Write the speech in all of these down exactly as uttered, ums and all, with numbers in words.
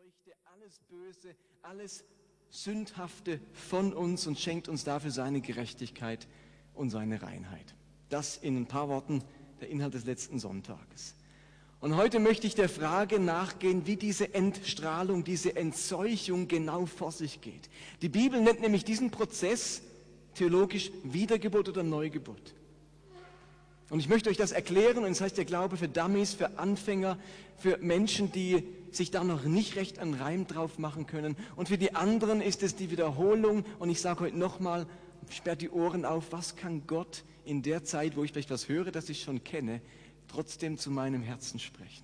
richte alles Böse, alles Sündhafte von uns und schenkt uns dafür seine Gerechtigkeit und seine Reinheit. Das in ein paar Worten der Inhalt des letzten Sonntages. Und heute möchte ich der Frage nachgehen, wie diese Entstrahlung, diese Entseuchung genau vor sich geht. Die Bibel nennt nämlich diesen Prozess theologisch Wiedergeburt oder Neugeburt. Und ich möchte euch das erklären, und das heißt der Glaube für Dummies, für Anfänger, für Menschen, die sich da noch nicht recht einen Reim drauf machen können. Und für die anderen ist es die Wiederholung. Und ich sage heute nochmal, sperrt die Ohren auf, was kann Gott in der Zeit, wo ich vielleicht was höre, das ich schon kenne, trotzdem zu meinem Herzen sprechen.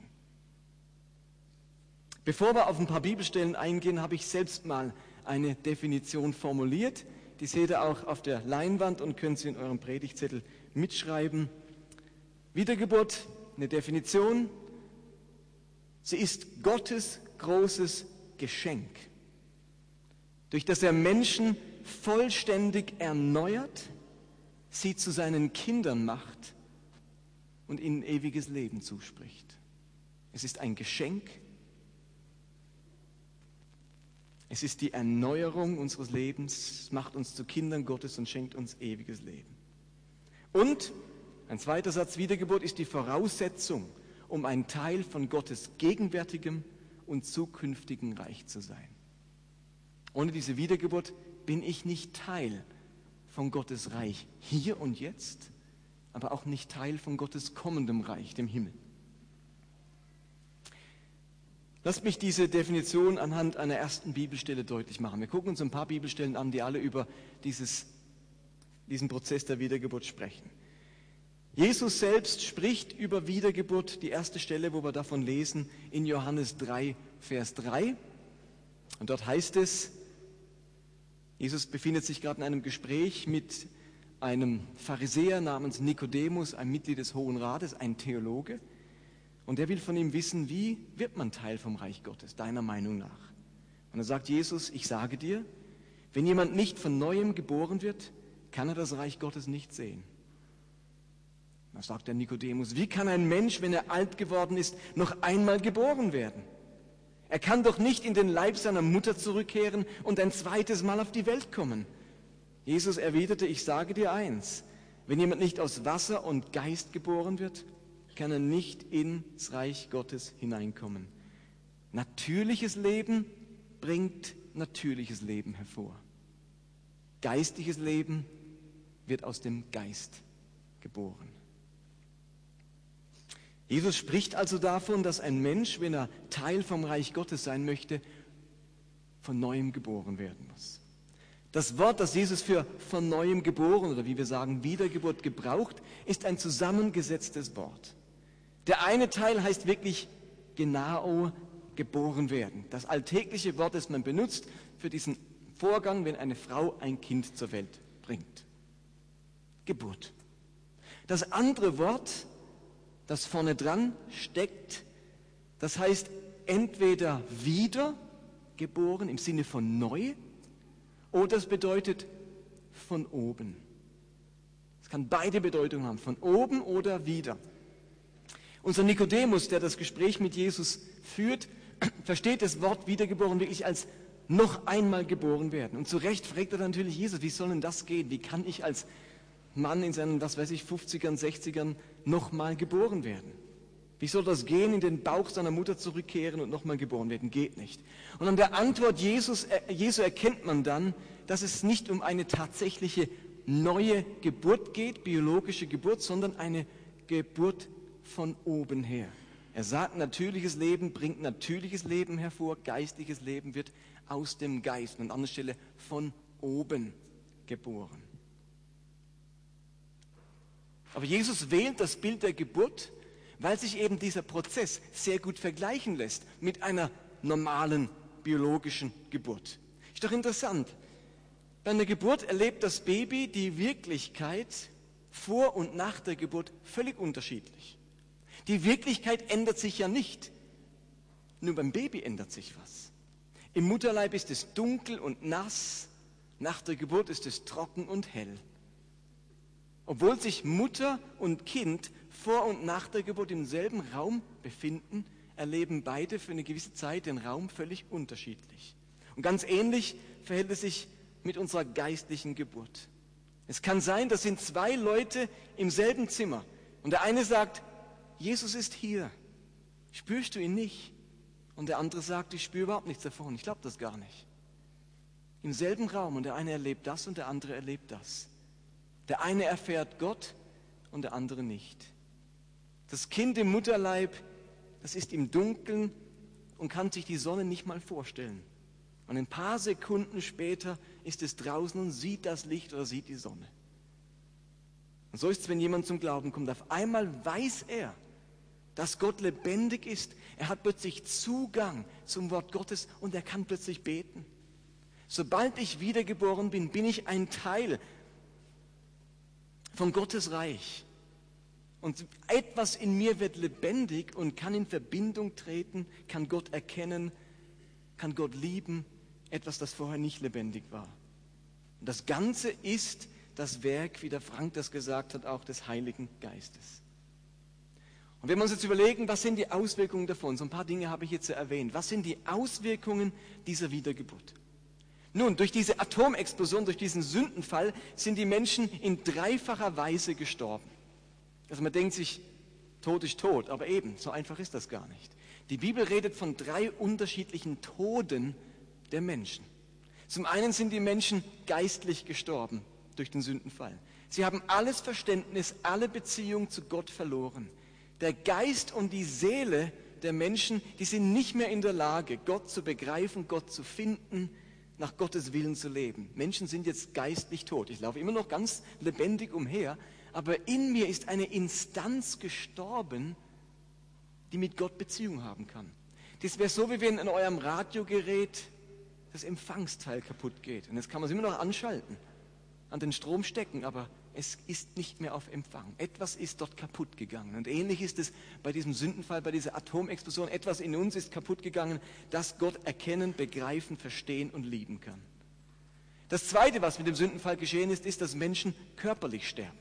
Bevor wir auf ein paar Bibelstellen eingehen, habe ich selbst mal eine Definition formuliert. Die seht ihr auch auf der Leinwand und könnt sie in eurem Predigtzettel mitschreiben. Wiedergeburt, eine Definition. Sie ist Gottes großes Geschenk, durch das er Menschen vollständig erneuert, sie zu seinen Kindern macht und ihnen ewiges Leben zuspricht. Es ist ein Geschenk. Es ist die Erneuerung unseres Lebens, es macht uns zu Kindern Gottes und schenkt uns ewiges Leben. Und ein zweiter Satz, Wiedergeburt ist die Voraussetzung, um ein Teil von Gottes gegenwärtigem und zukünftigen Reich zu sein. Ohne diese Wiedergeburt bin ich nicht Teil von Gottes Reich hier und jetzt, aber auch nicht Teil von Gottes kommendem Reich, dem Himmel. Lasst mich diese Definition anhand einer ersten Bibelstelle deutlich machen. Wir gucken uns ein paar Bibelstellen an, die alle über dieses, diesen Prozess der Wiedergeburt sprechen. Jesus selbst spricht über Wiedergeburt, die erste Stelle, wo wir davon lesen, in Johannes drei, Vers drei. Und dort heißt es, Jesus befindet sich gerade in einem Gespräch mit einem Pharisäer namens Nikodemus, ein Mitglied des Hohen Rates, ein Theologe. Und der will von ihm wissen, wie wird man Teil vom Reich Gottes, deiner Meinung nach? Und dann sagt Jesus, ich sage dir, wenn jemand nicht von Neuem geboren wird, kann er das Reich Gottes nicht sehen. Da sagt der Nikodemus, wie kann ein Mensch, wenn er alt geworden ist, noch einmal geboren werden? Er kann doch nicht in den Leib seiner Mutter zurückkehren und ein zweites Mal auf die Welt kommen. Jesus erwiderte, ich sage dir eins, wenn jemand nicht aus Wasser und Geist geboren wird, kann er nicht ins Reich Gottes hineinkommen. Natürliches Leben bringt natürliches Leben hervor. Geistliches Leben wird aus dem Geist geboren. Jesus spricht also davon, dass ein Mensch, wenn er Teil vom Reich Gottes sein möchte, von Neuem geboren werden muss. Das Wort, das Jesus für von Neuem geboren oder wie wir sagen Wiedergeburt gebraucht, ist ein zusammengesetztes Wort. Der eine Teil heißt wirklich genau geboren werden. Das alltägliche Wort, das man benutzt für diesen Vorgang, wenn eine Frau ein Kind zur Welt bringt. Geburt. Das andere Wort, das vorne dran steckt, das heißt entweder wieder geboren im Sinne von neu oder es bedeutet von oben. Es kann beide Bedeutungen haben, von oben oder wieder. Unser Nikodemus, der das Gespräch mit Jesus führt, versteht das Wort wiedergeboren wirklich als noch einmal geboren werden. Und zu Recht fragt er natürlich Jesus, wie soll denn das gehen? Wie kann ich als Mann in seinen, was weiß ich, fünfzigern, sechzigern nochmal geboren werden? Wie soll das gehen, in den Bauch seiner Mutter zurückkehren und nochmal geboren werden? Geht nicht. Und an der Antwort Jesus, äh, Jesu erkennt man dann, dass es nicht um eine tatsächliche neue Geburt geht, biologische Geburt, sondern eine Geburt von oben her. Er sagt, natürliches Leben bringt natürliches Leben hervor, geistliches Leben wird aus dem Geist. Und an anderer Stelle von oben geboren. Aber Jesus wählt das Bild der Geburt, weil sich eben dieser Prozess sehr gut vergleichen lässt mit einer normalen biologischen Geburt. Ist doch interessant. Bei einer Geburt erlebt das Baby die Wirklichkeit vor und nach der Geburt völlig unterschiedlich. Die Wirklichkeit ändert sich ja nicht. Nur beim Baby ändert sich was. Im Mutterleib ist es dunkel und nass. Nach der Geburt ist es trocken und hell. Obwohl sich Mutter und Kind vor und nach der Geburt im selben Raum befinden, erleben beide für eine gewisse Zeit den Raum völlig unterschiedlich. Und ganz ähnlich verhält es sich mit unserer geistlichen Geburt. Es kann sein, das sind zwei Leute im selben Zimmer und der eine sagt, Jesus ist hier, spürst du ihn nicht? Und der andere sagt, ich spüre überhaupt nichts davon, ich glaube das gar nicht. Im selben Raum und der eine erlebt das und der andere erlebt das. Der eine erfährt Gott und der andere nicht. Das Kind im Mutterleib, das ist im Dunkeln und kann sich die Sonne nicht mal vorstellen. Und ein paar Sekunden später ist es draußen und sieht das Licht oder sieht die Sonne. Und so ist es, wenn jemand zum Glauben kommt. Auf einmal weiß er, dass Gott lebendig ist. Er hat plötzlich Zugang zum Wort Gottes und er kann plötzlich beten. Sobald ich wiedergeboren bin, bin ich ein Teil von Gottes Reich. Und etwas in mir wird lebendig und kann in Verbindung treten, kann Gott erkennen, kann Gott lieben, etwas, das vorher nicht lebendig war. Und das Ganze ist das Werk, wie der Frank das gesagt hat, auch des Heiligen Geistes. Und wenn wir uns jetzt überlegen, was sind die Auswirkungen davon? So ein paar Dinge habe ich jetzt erwähnt. Was sind die Auswirkungen dieser Wiedergeburt? Nun, durch diese Atomexplosion, durch diesen Sündenfall sind die Menschen in dreifacher Weise gestorben. Also man denkt sich, Tod ist tot, aber eben, so einfach ist das gar nicht. Die Bibel redet von drei unterschiedlichen Toden der Menschen. Zum einen sind die Menschen geistlich gestorben durch den Sündenfall. Sie haben alles Verständnis, alle Beziehung zu Gott verloren. Der Geist und die Seele der Menschen, die sind nicht mehr in der Lage, Gott zu begreifen, Gott zu finden, nach Gottes Willen zu leben. Menschen sind jetzt geistlich tot. Ich laufe immer noch ganz lebendig umher, aber in mir ist eine Instanz gestorben, die mit Gott Beziehung haben kann. Das wäre so, wie wenn in eurem Radiogerät das Empfangsteil kaputt geht. Und jetzt kann man es immer noch anschalten, an den Strom stecken, aber es ist nicht mehr auf Empfang. Etwas ist dort kaputt gegangen. Und ähnlich ist es bei diesem Sündenfall, bei dieser Atomexplosion. Etwas in uns ist kaputt gegangen, das Gott erkennen, begreifen, verstehen und lieben kann. Das Zweite, was mit dem Sündenfall geschehen ist, ist, dass Menschen körperlich sterben.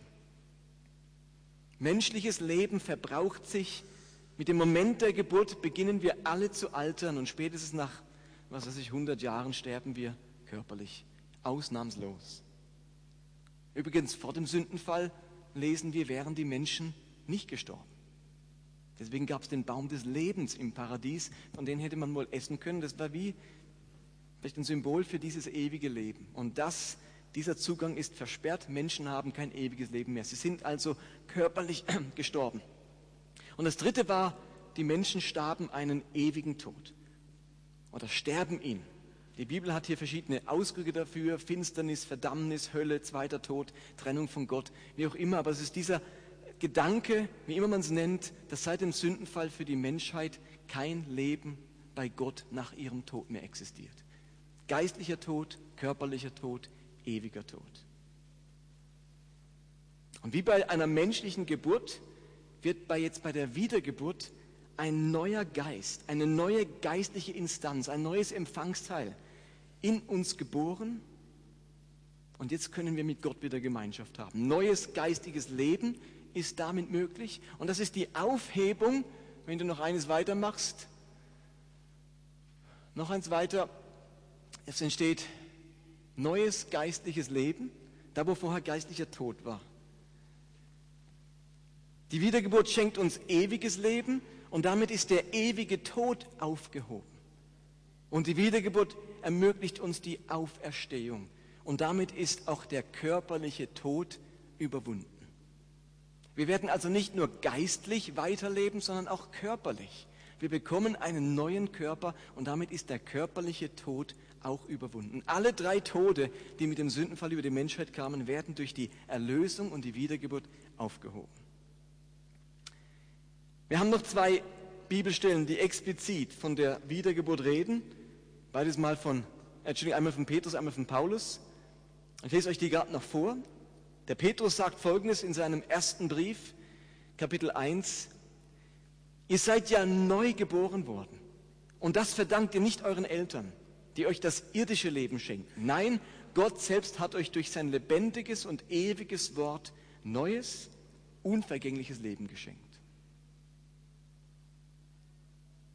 Menschliches Leben verbraucht sich. Mit dem Moment der Geburt beginnen wir alle zu altern und spätestens nach, was weiß ich, hundert Jahren sterben wir körperlich. Ausnahmslos. Übrigens, vor dem Sündenfall lesen wir, wären die Menschen nicht gestorben. Deswegen gab es den Baum des Lebens im Paradies, von dem hätte man wohl essen können. Das war wie vielleicht ein Symbol für dieses ewige Leben. Und das, dieser Zugang ist versperrt. Menschen haben kein ewiges Leben mehr. Sie sind also körperlich gestorben. Und das Dritte war, die Menschen starben einen ewigen Tod oder sterben ihn. Die Bibel hat hier verschiedene Ausdrücke dafür, Finsternis, Verdammnis, Hölle, zweiter Tod, Trennung von Gott, wie auch immer. Aber es ist dieser Gedanke, wie immer man es nennt, dass seit dem Sündenfall für die Menschheit kein Leben bei Gott nach ihrem Tod mehr existiert. Geistlicher Tod, körperlicher Tod, ewiger Tod. Und wie bei einer menschlichen Geburt wird bei jetzt bei der Wiedergeburt ein neuer Geist, eine neue geistliche Instanz, ein neues Empfangsteil in uns geboren. Und jetzt können wir mit Gott wieder Gemeinschaft haben. Neues geistiges Leben ist damit möglich. Und das ist die Aufhebung, wenn du noch eines weitermachst, noch eins weiter, es entsteht neues geistliches Leben, da wo vorher geistlicher Tod war. Die Wiedergeburt schenkt uns ewiges Leben und damit ist der ewige Tod aufgehoben. Und die Wiedergeburt ermöglicht uns die Auferstehung. Und damit ist auch der körperliche Tod überwunden. Wir werden also nicht nur geistlich weiterleben, sondern auch körperlich. Wir bekommen einen neuen Körper und damit ist der körperliche Tod auch überwunden. Alle drei Tode, die mit dem Sündenfall über die Menschheit kamen, werden durch die Erlösung und die Wiedergeburt aufgehoben. Wir haben noch zwei Bibelstellen, die explizit von der Wiedergeburt reden. Beides mal von, Entschuldigung, einmal von Petrus, einmal von Paulus. Ich lese euch die gerade noch vor. Der Petrus sagt Folgendes in seinem ersten Brief, Kapitel eins. Ihr seid ja neu geboren worden. Und das verdankt ihr nicht euren Eltern, die euch das irdische Leben schenken. Nein, Gott selbst hat euch durch sein lebendiges und ewiges Wort neues, unvergängliches Leben geschenkt.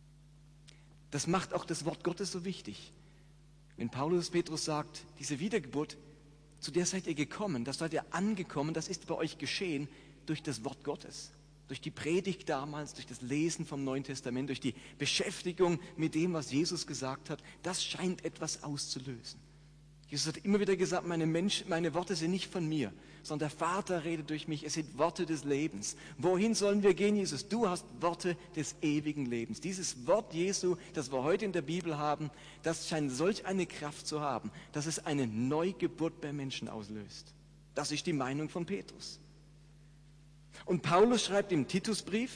Das macht auch das Wort Gottes so wichtig. Wenn Paulus Petrus sagt, diese Wiedergeburt, zu der seid ihr gekommen, das seid ihr angekommen, das ist bei euch geschehen durch das Wort Gottes. Durch die Predigt damals, durch das Lesen vom Neuen Testament, durch die Beschäftigung mit dem, was Jesus gesagt hat, das scheint etwas auszulösen. Jesus hat immer wieder gesagt, meine, Menschen, meine Worte sind nicht von mir, sondern der Vater redet durch mich, es sind Worte des Lebens. Wohin sollen wir gehen, Jesus? Du hast Worte des ewigen Lebens. Dieses Wort Jesu, das wir heute in der Bibel haben, das scheint solch eine Kraft zu haben, dass es eine Neugeburt bei Menschen auslöst. Das ist die Meinung von Petrus. Und Paulus schreibt im Titusbrief,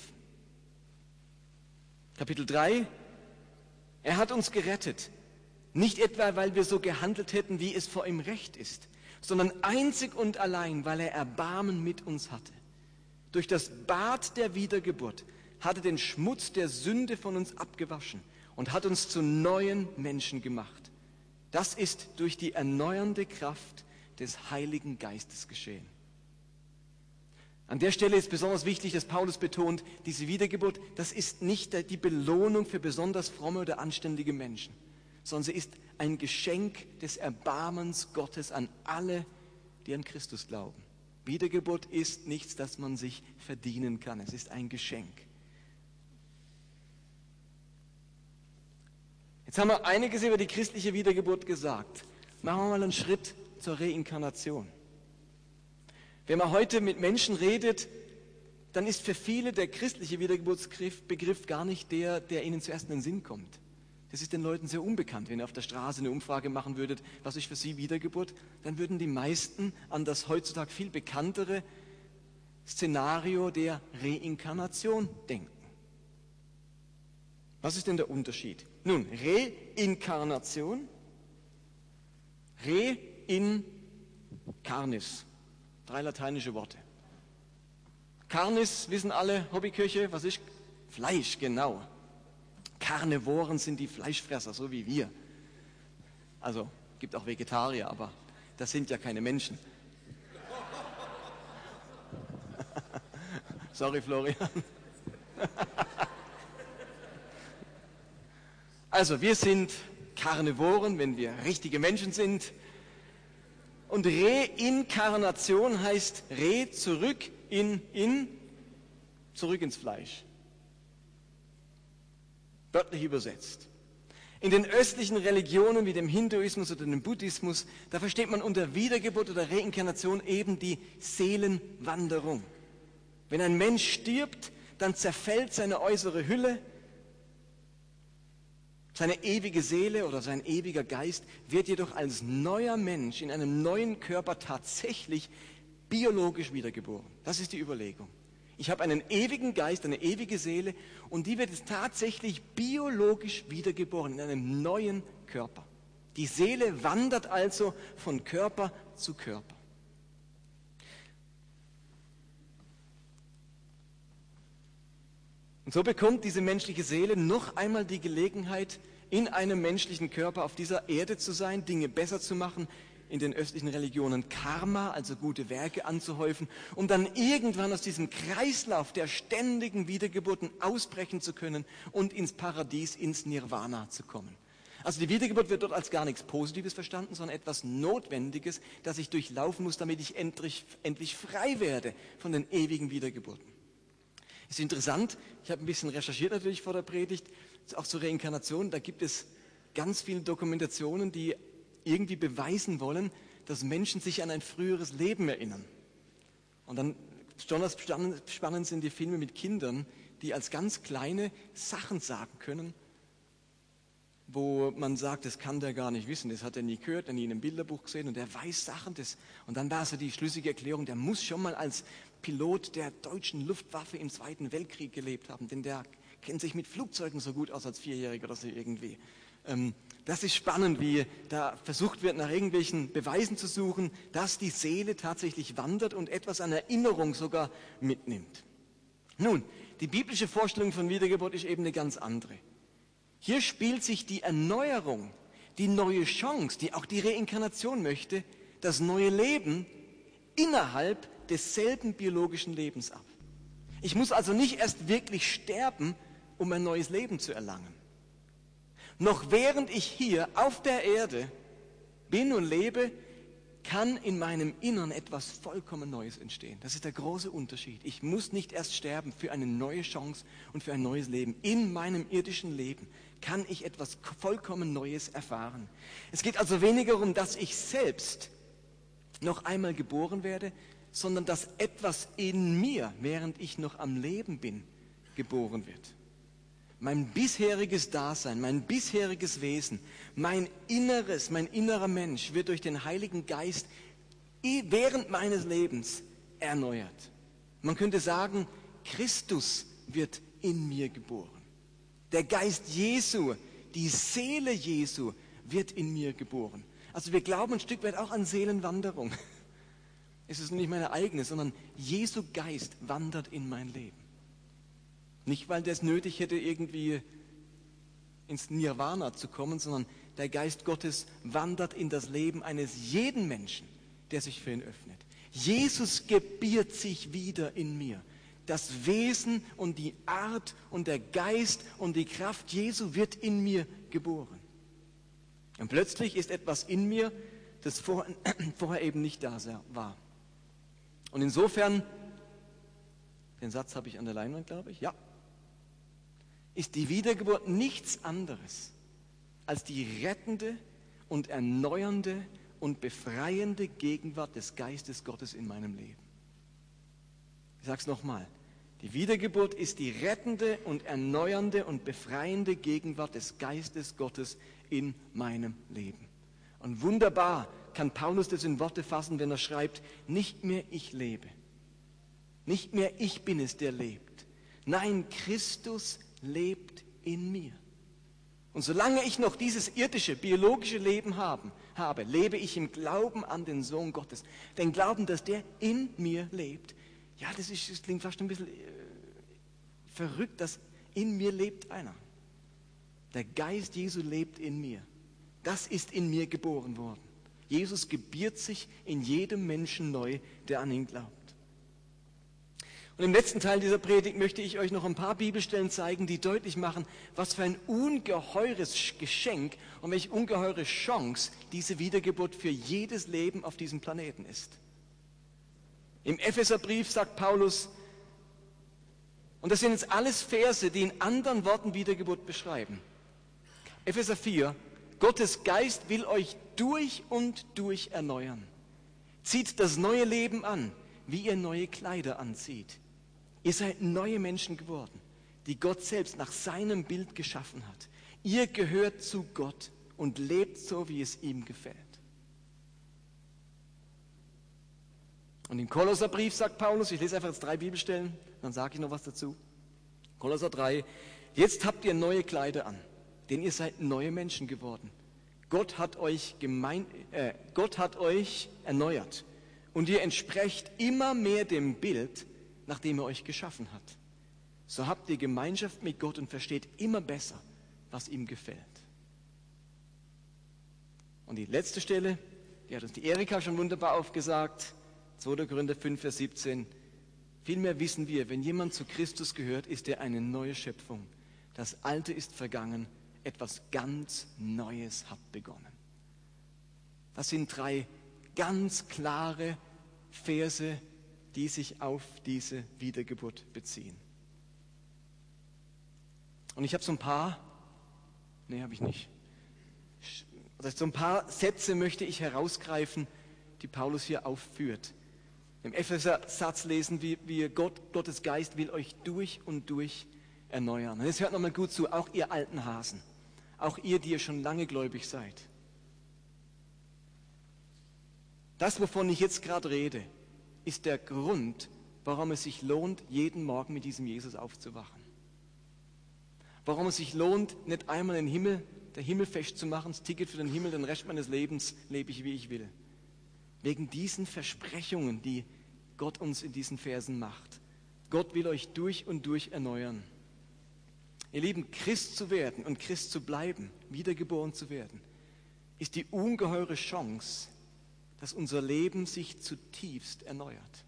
Kapitel drei, er hat uns gerettet. Nicht etwa, weil wir so gehandelt hätten, wie es vor ihm recht ist, sondern einzig und allein, weil er Erbarmen mit uns hatte. Durch das Bad der Wiedergeburt hat er den Schmutz der Sünde von uns abgewaschen und hat uns zu neuen Menschen gemacht. Das ist durch die erneuernde Kraft des Heiligen Geistes geschehen. An der Stelle ist besonders wichtig, dass Paulus betont, diese Wiedergeburt, das ist nicht die Belohnung für besonders fromme oder anständige Menschen, sondern sie ist ein Geschenk des Erbarmens Gottes an alle, die an Christus glauben. Wiedergeburt ist nichts, das man sich verdienen kann. Es ist ein Geschenk. Jetzt haben wir einiges über die christliche Wiedergeburt gesagt. Machen wir mal einen Schritt zur Reinkarnation. Wenn man heute mit Menschen redet, dann ist für viele der christliche Wiedergeburtsbegriff gar nicht der, der ihnen zuerst in den Sinn kommt. Das ist den Leuten sehr unbekannt. Wenn ihr auf der Straße eine Umfrage machen würdet, was ist für sie Wiedergeburt, dann würden die meisten an das heutzutage viel bekanntere Szenario der Reinkarnation denken. Was ist denn der Unterschied? Nun, Reinkarnation, Re in Carnis, drei lateinische Worte. Carnis, wissen alle Hobbyköche, was ist? Fleisch, genau. Karnivoren sind die Fleischfresser, so wie wir. Also, gibt auch Vegetarier, aber das sind ja keine Menschen. Sorry, Florian. Also, wir sind Karnivoren, wenn wir richtige Menschen sind. Und Reinkarnation heißt Re, zurück in, in, zurück ins Fleisch. Wörtlich übersetzt. In den östlichen Religionen wie dem Hinduismus oder dem Buddhismus, da versteht man unter Wiedergeburt oder Reinkarnation eben die Seelenwanderung. Wenn ein Mensch stirbt, dann zerfällt seine äußere Hülle, seine ewige Seele oder sein ewiger Geist wird jedoch als neuer Mensch in einem neuen Körper tatsächlich biologisch wiedergeboren. Das ist die Überlegung. Ich habe einen ewigen Geist, eine ewige Seele und die wird jetzt tatsächlich biologisch wiedergeboren in einem neuen Körper. Die Seele wandert also von Körper zu Körper. Und so bekommt diese menschliche Seele noch einmal die Gelegenheit, in einem menschlichen Körper auf dieser Erde zu sein, Dinge besser zu machen, in den östlichen Religionen Karma, also gute Werke anzuhäufen, um dann irgendwann aus diesem Kreislauf der ständigen Wiedergeburten ausbrechen zu können und ins Paradies, ins Nirvana zu kommen. Also die Wiedergeburt wird dort als gar nichts Positives verstanden, sondern etwas Notwendiges, das ich durchlaufen muss, damit ich endlich, endlich frei werde von den ewigen Wiedergeburten. Ist interessant, ich habe ein bisschen recherchiert natürlich vor der Predigt, auch zur Reinkarnation, da gibt es ganz viele Dokumentationen, die irgendwie beweisen wollen, dass Menschen sich an ein früheres Leben erinnern. Und dann besonders spannend sind die Filme mit Kindern, die als ganz kleine Sachen sagen können, wo man sagt, das kann der gar nicht wissen, das hat er nie gehört, er nie in einem Bilderbuch gesehen und er weiß Sachen. Das, und dann war so die schlüssige Erklärung, der muss schon mal als Pilot der deutschen Luftwaffe im Zweiten Weltkrieg gelebt haben, denn der kennt sich mit Flugzeugen so gut aus als Vierjähriger oder so irgendwie. Ähm, das ist spannend, wie da versucht wird, nach irgendwelchen Beweisen zu suchen, dass die Seele tatsächlich wandert und etwas an Erinnerung sogar mitnimmt. Nun, die biblische Vorstellung von Wiedergeburt ist eben eine ganz andere. Hier spielt sich die Erneuerung, die neue Chance, die auch die Reinkarnation möchte, das neue Leben innerhalb desselben biologischen Lebens ab. Ich muss also nicht erst wirklich sterben, um ein neues Leben zu erlangen. Noch während ich hier auf der Erde bin und lebe, kann in meinem Innern etwas vollkommen Neues entstehen. Das ist der große Unterschied. Ich muss nicht erst sterben für eine neue Chance und für ein neues Leben. In meinem irdischen Leben kann ich etwas vollkommen Neues erfahren. Es geht also weniger darum, dass ich selbst noch einmal geboren werde, sondern dass etwas in mir, während ich noch am Leben bin, geboren wird. Mein bisheriges Dasein, mein bisheriges Wesen, mein Inneres, mein innerer Mensch wird durch den Heiligen Geist während meines Lebens erneuert. Man könnte sagen, Christus wird in mir geboren. Der Geist Jesu, die Seele Jesu wird in mir geboren. Also wir glauben ein Stück weit auch an Seelenwanderung. Es ist nicht meine eigene, sondern Jesu Geist wandert in mein Leben. Nicht, weil der es nötig hätte, irgendwie ins Nirvana zu kommen, sondern der Geist Gottes wandert in das Leben eines jeden Menschen, der sich für ihn öffnet. Jesus gebiert sich wieder in mir. Das Wesen und die Art und der Geist und die Kraft Jesu wird in mir geboren. Und plötzlich ist etwas in mir, das vorher, vorher eben nicht da war. Und insofern, den Satz habe ich an der Leinwand, glaube ich, ja, ist die Wiedergeburt nichts anderes als die rettende und erneuernde und befreiende Gegenwart des Geistes Gottes in meinem Leben. Ich sage es nochmal. Die Wiedergeburt ist die rettende und erneuernde und befreiende Gegenwart des Geistes Gottes in meinem Leben. Und wunderbar kann Paulus das in Worte fassen, wenn er schreibt, nicht mehr ich lebe, nicht mehr ich bin es, der lebt. Nein, Christus lebt in mir. Und solange ich noch dieses irdische, biologische Leben haben, habe, lebe ich im Glauben an den Sohn Gottes. Den Glauben, dass der in mir lebt. Ja, das, ist, das klingt fast ein bisschen äh, verrückt, dass in mir lebt einer. Der Geist Jesu lebt in mir. Das ist in mir geboren worden. Jesus gebiert sich in jedem Menschen neu, der an ihn glaubt. Und im letzten Teil dieser Predigt möchte ich euch noch ein paar Bibelstellen zeigen, die deutlich machen, was für ein ungeheures Geschenk und welche ungeheure Chance diese Wiedergeburt für jedes Leben auf diesem Planeten ist. Im Epheserbrief sagt Paulus, und das sind jetzt alles Verse, die in anderen Worten Wiedergeburt beschreiben. Epheser vier, Gottes Geist will euch durch und durch erneuern. Zieht das neue Leben an, wie ihr neue Kleider anzieht. Ihr seid neue Menschen geworden, die Gott selbst nach seinem Bild geschaffen hat. Ihr gehört zu Gott und lebt so, wie es ihm gefällt. Und im Kolosserbrief sagt Paulus, ich lese einfach jetzt drei Bibelstellen, dann sage ich noch was dazu. Kolosser drei, jetzt habt ihr neue Kleider an, denn ihr seid neue Menschen geworden. Gott hat euch, gemein, äh, Gott hat euch erneuert und ihr entsprecht immer mehr dem Bild, nach dem er euch geschaffen hat. So habt ihr Gemeinschaft mit Gott und versteht immer besser, was ihm gefällt. Und die letzte Stelle, die hat uns die Erika schon wunderbar aufgesagt, zweiter Korinther fünf, Vers siebzehn. Vielmehr wissen wir, wenn jemand zu Christus gehört, ist er eine neue Schöpfung. Das Alte ist vergangen, etwas ganz Neues hat begonnen. Das sind drei ganz klare Verse, die sich auf diese Wiedergeburt beziehen. Und ich habe so ein paar, nee, habe ich nicht. Also so ein paar Sätze möchte ich herausgreifen, die Paulus hier aufführt. Im Epheser-Satz lesen wir, wie Gott, Gottes Geist will euch durch und durch erneuern. Und jetzt hört nochmal gut zu, auch ihr alten Hasen, auch ihr, die ihr schon lange gläubig seid. Das, wovon ich jetzt gerade rede, ist der Grund, warum es sich lohnt, jeden Morgen mit diesem Jesus aufzuwachen. Warum es sich lohnt, nicht einmal den Himmel, der Himmel festzumachen, das Ticket für den Himmel, den Rest meines Lebens lebe ich, wie ich will. Wegen diesen Versprechungen, die Gott uns in diesen Versen macht. Gott will euch durch und durch erneuern. Ihr Lieben, Christ zu werden und Christ zu bleiben, wiedergeboren zu werden, ist die ungeheure Chance, dass unser Leben sich zutiefst erneuert.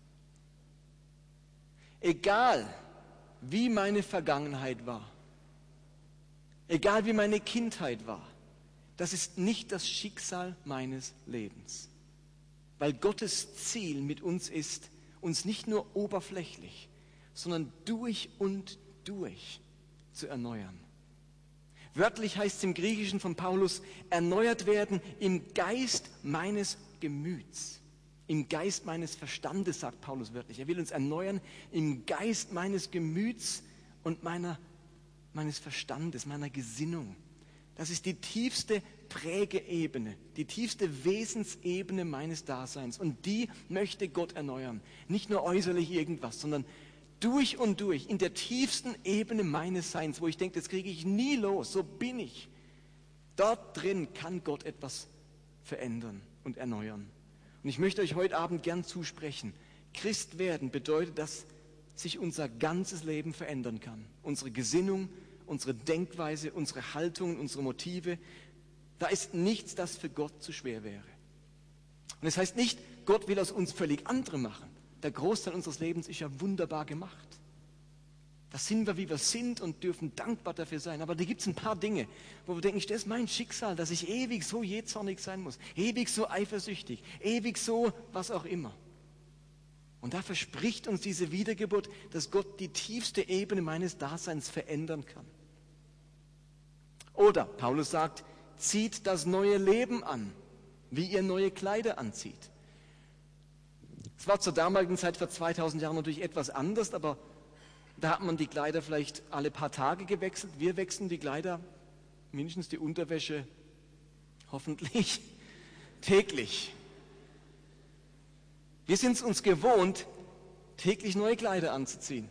Egal, wie meine Vergangenheit war, egal wie meine Kindheit war, das ist nicht das Schicksal meines Lebens. Weil Gottes Ziel mit uns ist, uns nicht nur oberflächlich, sondern durch und durch zu erneuern. Wörtlich heißt es im Griechischen von Paulus, erneuert werden im Geist meines Gemüts. Im Geist meines Verstandes, sagt Paulus wörtlich. Er will uns erneuern im Geist meines Gemüts und meiner, meines Verstandes, meiner Gesinnung. Das ist die tiefste Prägeebene, die tiefste Wesensebene meines Daseins. Und die möchte Gott erneuern. Nicht nur äußerlich irgendwas, sondern durch und durch, in der tiefsten Ebene meines Seins, wo ich denke, das kriege ich nie los, so bin ich. Dort drin kann Gott etwas verändern und erneuern. Und ich möchte euch heute Abend gern zusprechen. Christ werden bedeutet, dass sich unser ganzes Leben verändern kann. Unsere Gesinnung, unsere Denkweise, unsere Haltung, unsere Motive. Da ist nichts, das für Gott zu schwer wäre. Und das heißt nicht, Gott will aus uns völlig andere machen. Der Großteil unseres Lebens ist ja wunderbar gemacht. Da sind wir, wie wir sind und dürfen dankbar dafür sein. Aber da gibt es ein paar Dinge, wo wir denken, das ist mein Schicksal, dass ich ewig so jähzornig sein muss, ewig so eifersüchtig, ewig so was auch immer. Und da verspricht uns diese Wiedergeburt, dass Gott die tiefste Ebene meines Daseins verändern kann. Oder Paulus sagt, zieht das neue Leben an, wie ihr neue Kleider anzieht. Es war zur damaligen Zeit vor zweitausend Jahren natürlich etwas anders, aber da hat man die Kleider vielleicht alle paar Tage gewechselt. Wir wechseln die Kleider, mindestens die Unterwäsche, hoffentlich täglich. Wir sind es uns gewohnt, täglich neue Kleider anzuziehen.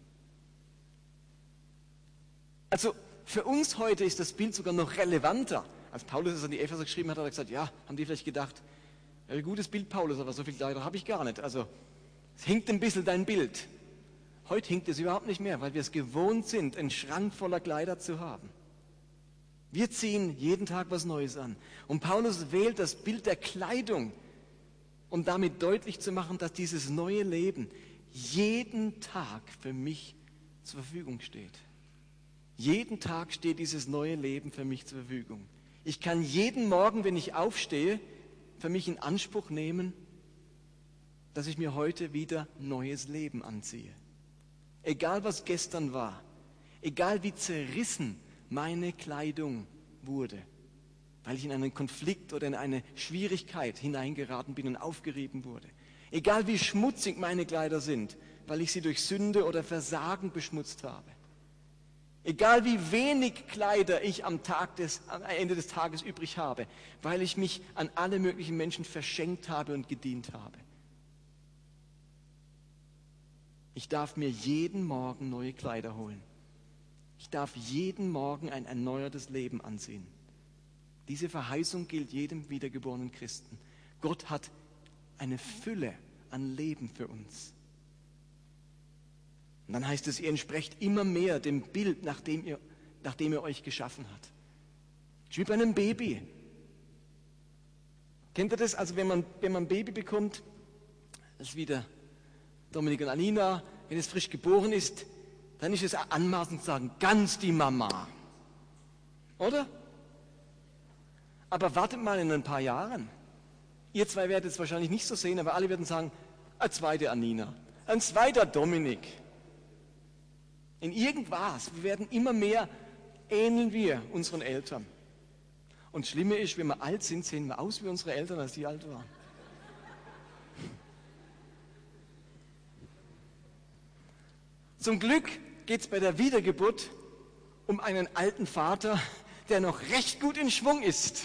Also für uns heute ist das Bild sogar noch relevanter. Als Paulus es an die Epheser geschrieben hat, hat er gesagt, ja, haben die vielleicht gedacht, ja, ein gutes Bild, Paulus, aber so viele Kleider habe ich gar nicht. Also es hinkt ein bisschen dein Bild. Heute hinkt es überhaupt nicht mehr, weil wir es gewohnt sind, einen Schrank voller Kleider zu haben. Wir ziehen jeden Tag was Neues an. Und Paulus wählt das Bild der Kleidung, um damit deutlich zu machen, dass dieses neue Leben jeden Tag für mich zur Verfügung steht. Jeden Tag steht dieses neue Leben für mich zur Verfügung. Ich kann jeden Morgen, wenn ich aufstehe, für mich in Anspruch nehmen, dass ich mir heute wieder neues Leben anziehe. Egal was gestern war, egal wie zerrissen meine Kleidung wurde, weil ich in einen Konflikt oder in eine Schwierigkeit hineingeraten bin und aufgerieben wurde. Egal wie schmutzig meine Kleider sind, weil ich sie durch Sünde oder Versagen beschmutzt habe. Egal wie wenig Kleider ich am, Tag des, am Ende des Tages übrig habe, weil ich mich an alle möglichen Menschen verschenkt habe und gedient habe. Ich darf mir jeden Morgen neue Kleider holen. Ich darf jeden Morgen ein erneuertes Leben ansehen. Diese Verheißung gilt jedem wiedergeborenen Christen. Gott hat eine Fülle an Leben für uns. Und dann heißt es, ihr entsprecht immer mehr dem Bild, nach dem ihr, nach dem er euch geschaffen hat. Ich wie bei einem Baby. Kennt ihr das? Also wenn man, wenn man ein Baby bekommt, das ist wieder Dominik und Alina, wenn es frisch geboren ist, dann ist es anmaßend zu sagen, ganz die Mama. Oder? Aber wartet mal in ein paar Jahren. Ihr zwei werdet es wahrscheinlich nicht so sehen, aber alle werden sagen, eine zweite Anina, ein zweiter Dominik. In irgendwas, wir werden immer mehr, ähneln wir unseren Eltern. Und das Schlimme ist, wenn wir alt sind, sehen wir aus wie unsere Eltern, als die alt waren. Zum Glück geht es bei der Wiedergeburt um einen alten Vater, der noch recht gut in Schwung ist.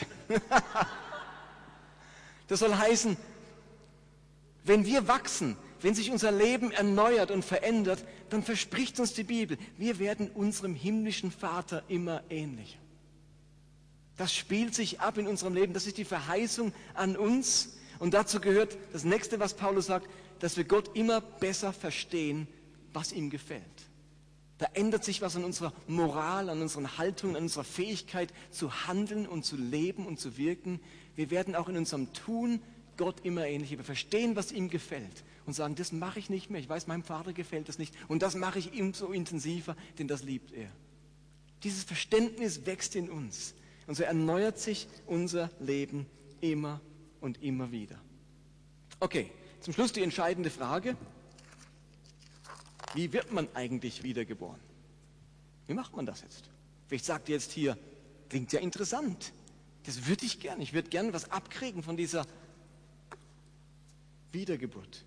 Das soll heißen, wenn wir wachsen, wenn sich unser Leben erneuert und verändert, dann verspricht uns die Bibel, wir werden unserem himmlischen Vater immer ähnlicher. Das spielt sich ab in unserem Leben, das ist die Verheißung an uns. Und dazu gehört das Nächste, was Paulus sagt, dass wir Gott immer besser verstehen, was ihm gefällt. Da ändert sich was an unserer Moral, an unseren Haltungen, an unserer Fähigkeit zu handeln und zu leben und zu wirken. Wir werden auch in unserem Tun Gott immer ähnlicher. Wir verstehen, was ihm gefällt und sagen, das mache ich nicht mehr. Ich weiß, meinem Vater gefällt das nicht und das mache ich ihm so intensiver, denn das liebt er. Dieses Verständnis wächst in uns. Und so erneuert sich unser Leben immer und immer wieder. Okay, zum Schluss die entscheidende Frage. Wie wird man eigentlich wiedergeboren? Wie macht man das jetzt? Vielleicht sagt ihr jetzt hier, klingt ja interessant. Das würde ich gern. Ich würde gern was abkriegen von dieser Wiedergeburt.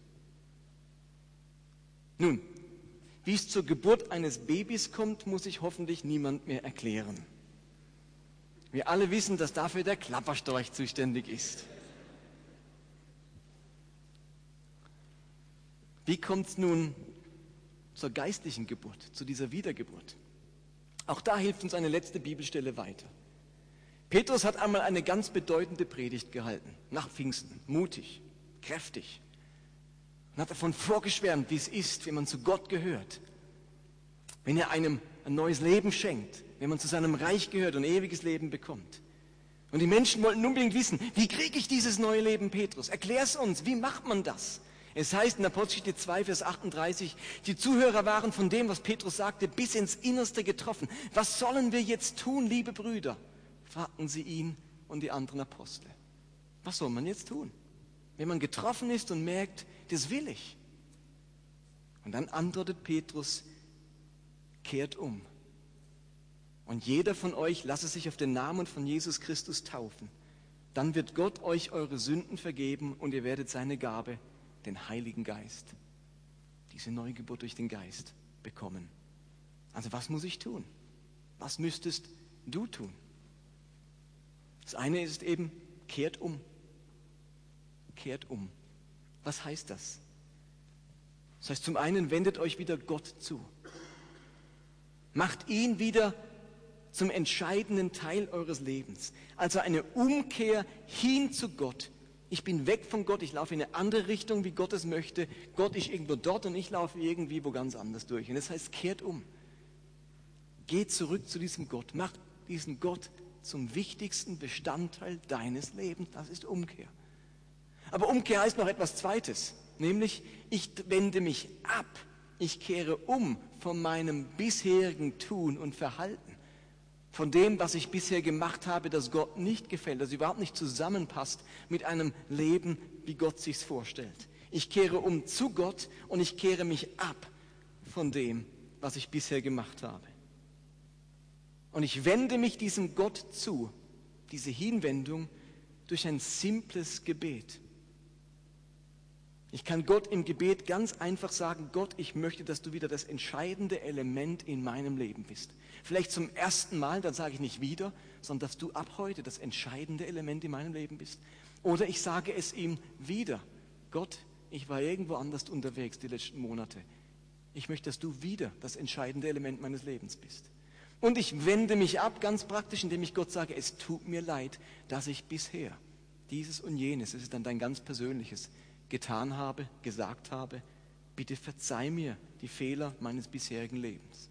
Nun, wie es zur Geburt eines Babys kommt, muss ich hoffentlich niemand mehr erklären. Wir alle wissen, dass dafür der Klapperstorch zuständig ist. Wie kommt es nun zur geistlichen Geburt, zu dieser Wiedergeburt? Auch da hilft uns eine letzte Bibelstelle weiter. Petrus hat einmal eine ganz bedeutende Predigt gehalten, nach Pfingsten, mutig, kräftig. Und hat davon vorgeschwärmt, wie es ist, wenn man zu Gott gehört. Wenn er einem ein neues Leben schenkt, wenn man zu seinem Reich gehört und ewiges Leben bekommt. Und die Menschen wollten unbedingt wissen, wie kriege ich dieses neue Leben, Petrus? Erklär's uns, wie macht man das? Es heißt in Apostelgeschichte zwei, Vers achtunddreißig, die Zuhörer waren von dem, was Petrus sagte, bis ins Innerste getroffen. Was sollen wir jetzt tun, liebe Brüder? Fragten sie ihn und die anderen Apostel. Was soll man jetzt tun? Wenn man getroffen ist und merkt, das will ich. Und dann antwortet Petrus, kehrt um. Und jeder von euch lasse sich auf den Namen von Jesus Christus taufen. Dann wird Gott euch eure Sünden vergeben und ihr werdet seine Gabe, den Heiligen Geist, diese Neugeburt durch den Geist, bekommen. Also was muss ich tun? Was müsstest du tun? Das eine ist eben, kehrt um. Kehrt um. Was heißt das? Das heißt, zum einen, wendet euch wieder Gott zu. Macht ihn wieder zum entscheidenden Teil eures Lebens. Also eine Umkehr hin zu Gott. Ich bin weg von Gott, ich laufe in eine andere Richtung, wie Gott es möchte. Gott ist irgendwo dort und ich laufe irgendwie wo ganz anders durch. Und das heißt, kehrt um. Geht zurück zu diesem Gott. Macht diesen Gott zum wichtigsten Bestandteil deines Lebens. Das ist Umkehr. Aber Umkehr heißt noch etwas Zweites. Nämlich, ich wende mich ab. Ich kehre um von meinem bisherigen Tun und Verhalten. Von dem, was ich bisher gemacht habe, das Gott nicht gefällt, das überhaupt nicht zusammenpasst mit einem Leben, wie Gott sich's vorstellt. Ich kehre um zu Gott und ich kehre mich ab von dem, was ich bisher gemacht habe. Und ich wende mich diesem Gott zu, diese Hinwendung, durch ein simples Gebet. Ich kann Gott im Gebet ganz einfach sagen, Gott, ich möchte, dass du wieder das entscheidende Element in meinem Leben bist. Vielleicht zum ersten Mal, dann sage ich nicht wieder, sondern dass du ab heute das entscheidende Element in meinem Leben bist. Oder ich sage es ihm wieder, Gott, ich war irgendwo anders unterwegs die letzten Monate. Ich möchte, dass du wieder das entscheidende Element meines Lebens bist. Und ich wende mich ab, ganz praktisch, indem ich Gott sage, es tut mir leid, dass ich bisher dieses und jenes, es ist dann dein ganz persönliches, getan habe, gesagt habe, bitte verzeih mir die Fehler meines bisherigen Lebens.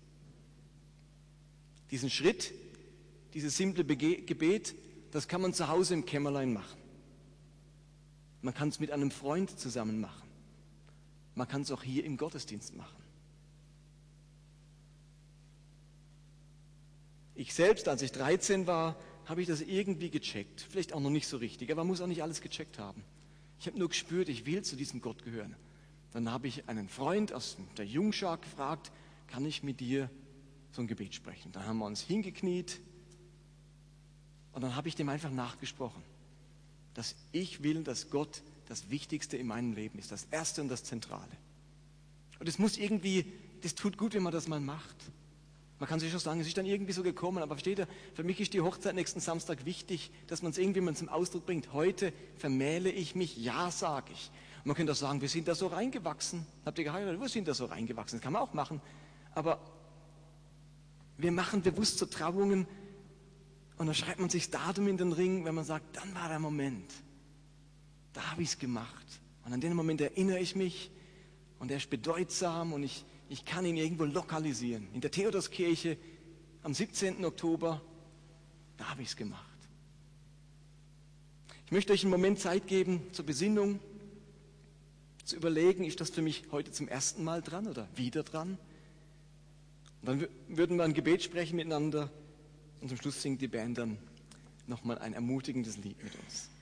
Diesen Schritt, dieses simple Bege- Gebet, das kann man zu Hause im Kämmerlein machen. Man kann es mit einem Freund zusammen machen. Man kann es auch hier im Gottesdienst machen. Ich selbst, als ich dreizehn war, habe ich das irgendwie gecheckt. Vielleicht auch noch nicht so richtig, aber man muss auch nicht alles gecheckt haben. Ich habe nur gespürt, ich will zu diesem Gott gehören. Dann habe ich einen Freund aus der Jungschar gefragt, kann ich mit dir so ein Gebet sprechen? Dann haben wir uns hingekniet und dann habe ich dem einfach nachgesprochen, dass ich will, dass Gott das Wichtigste in meinem Leben ist, das Erste und das Zentrale. Und es muss irgendwie, das tut gut, wenn man das mal macht. Man kann sich schon sagen, es ist dann irgendwie so gekommen, aber versteht ihr, für mich ist die Hochzeit nächsten Samstag wichtig, dass man es irgendwie mal zum Ausdruck bringt. Heute vermähle ich mich, ja, sage ich. Und man könnte auch sagen, wir sind da so reingewachsen. Habt ihr geheiratet? Wir sind da so reingewachsen. Das kann man auch machen. Aber wir machen bewusst so Trauungen und dann schreibt man sich das Datum in den Ring, wenn man sagt, dann war der Moment. Da habe ich es gemacht. Und an den Moment erinnere ich mich und er ist bedeutsam und ich Ich kann ihn irgendwo lokalisieren. In der Theodoskirche am siebzehnten Oktober, da habe ich es gemacht. Ich möchte euch einen Moment Zeit geben zur Besinnung, zu überlegen, ist das für mich heute zum ersten Mal dran oder wieder dran? Und dann würden wir ein Gebet sprechen miteinander und zum Schluss singt die Band dann nochmal ein ermutigendes Lied mit uns.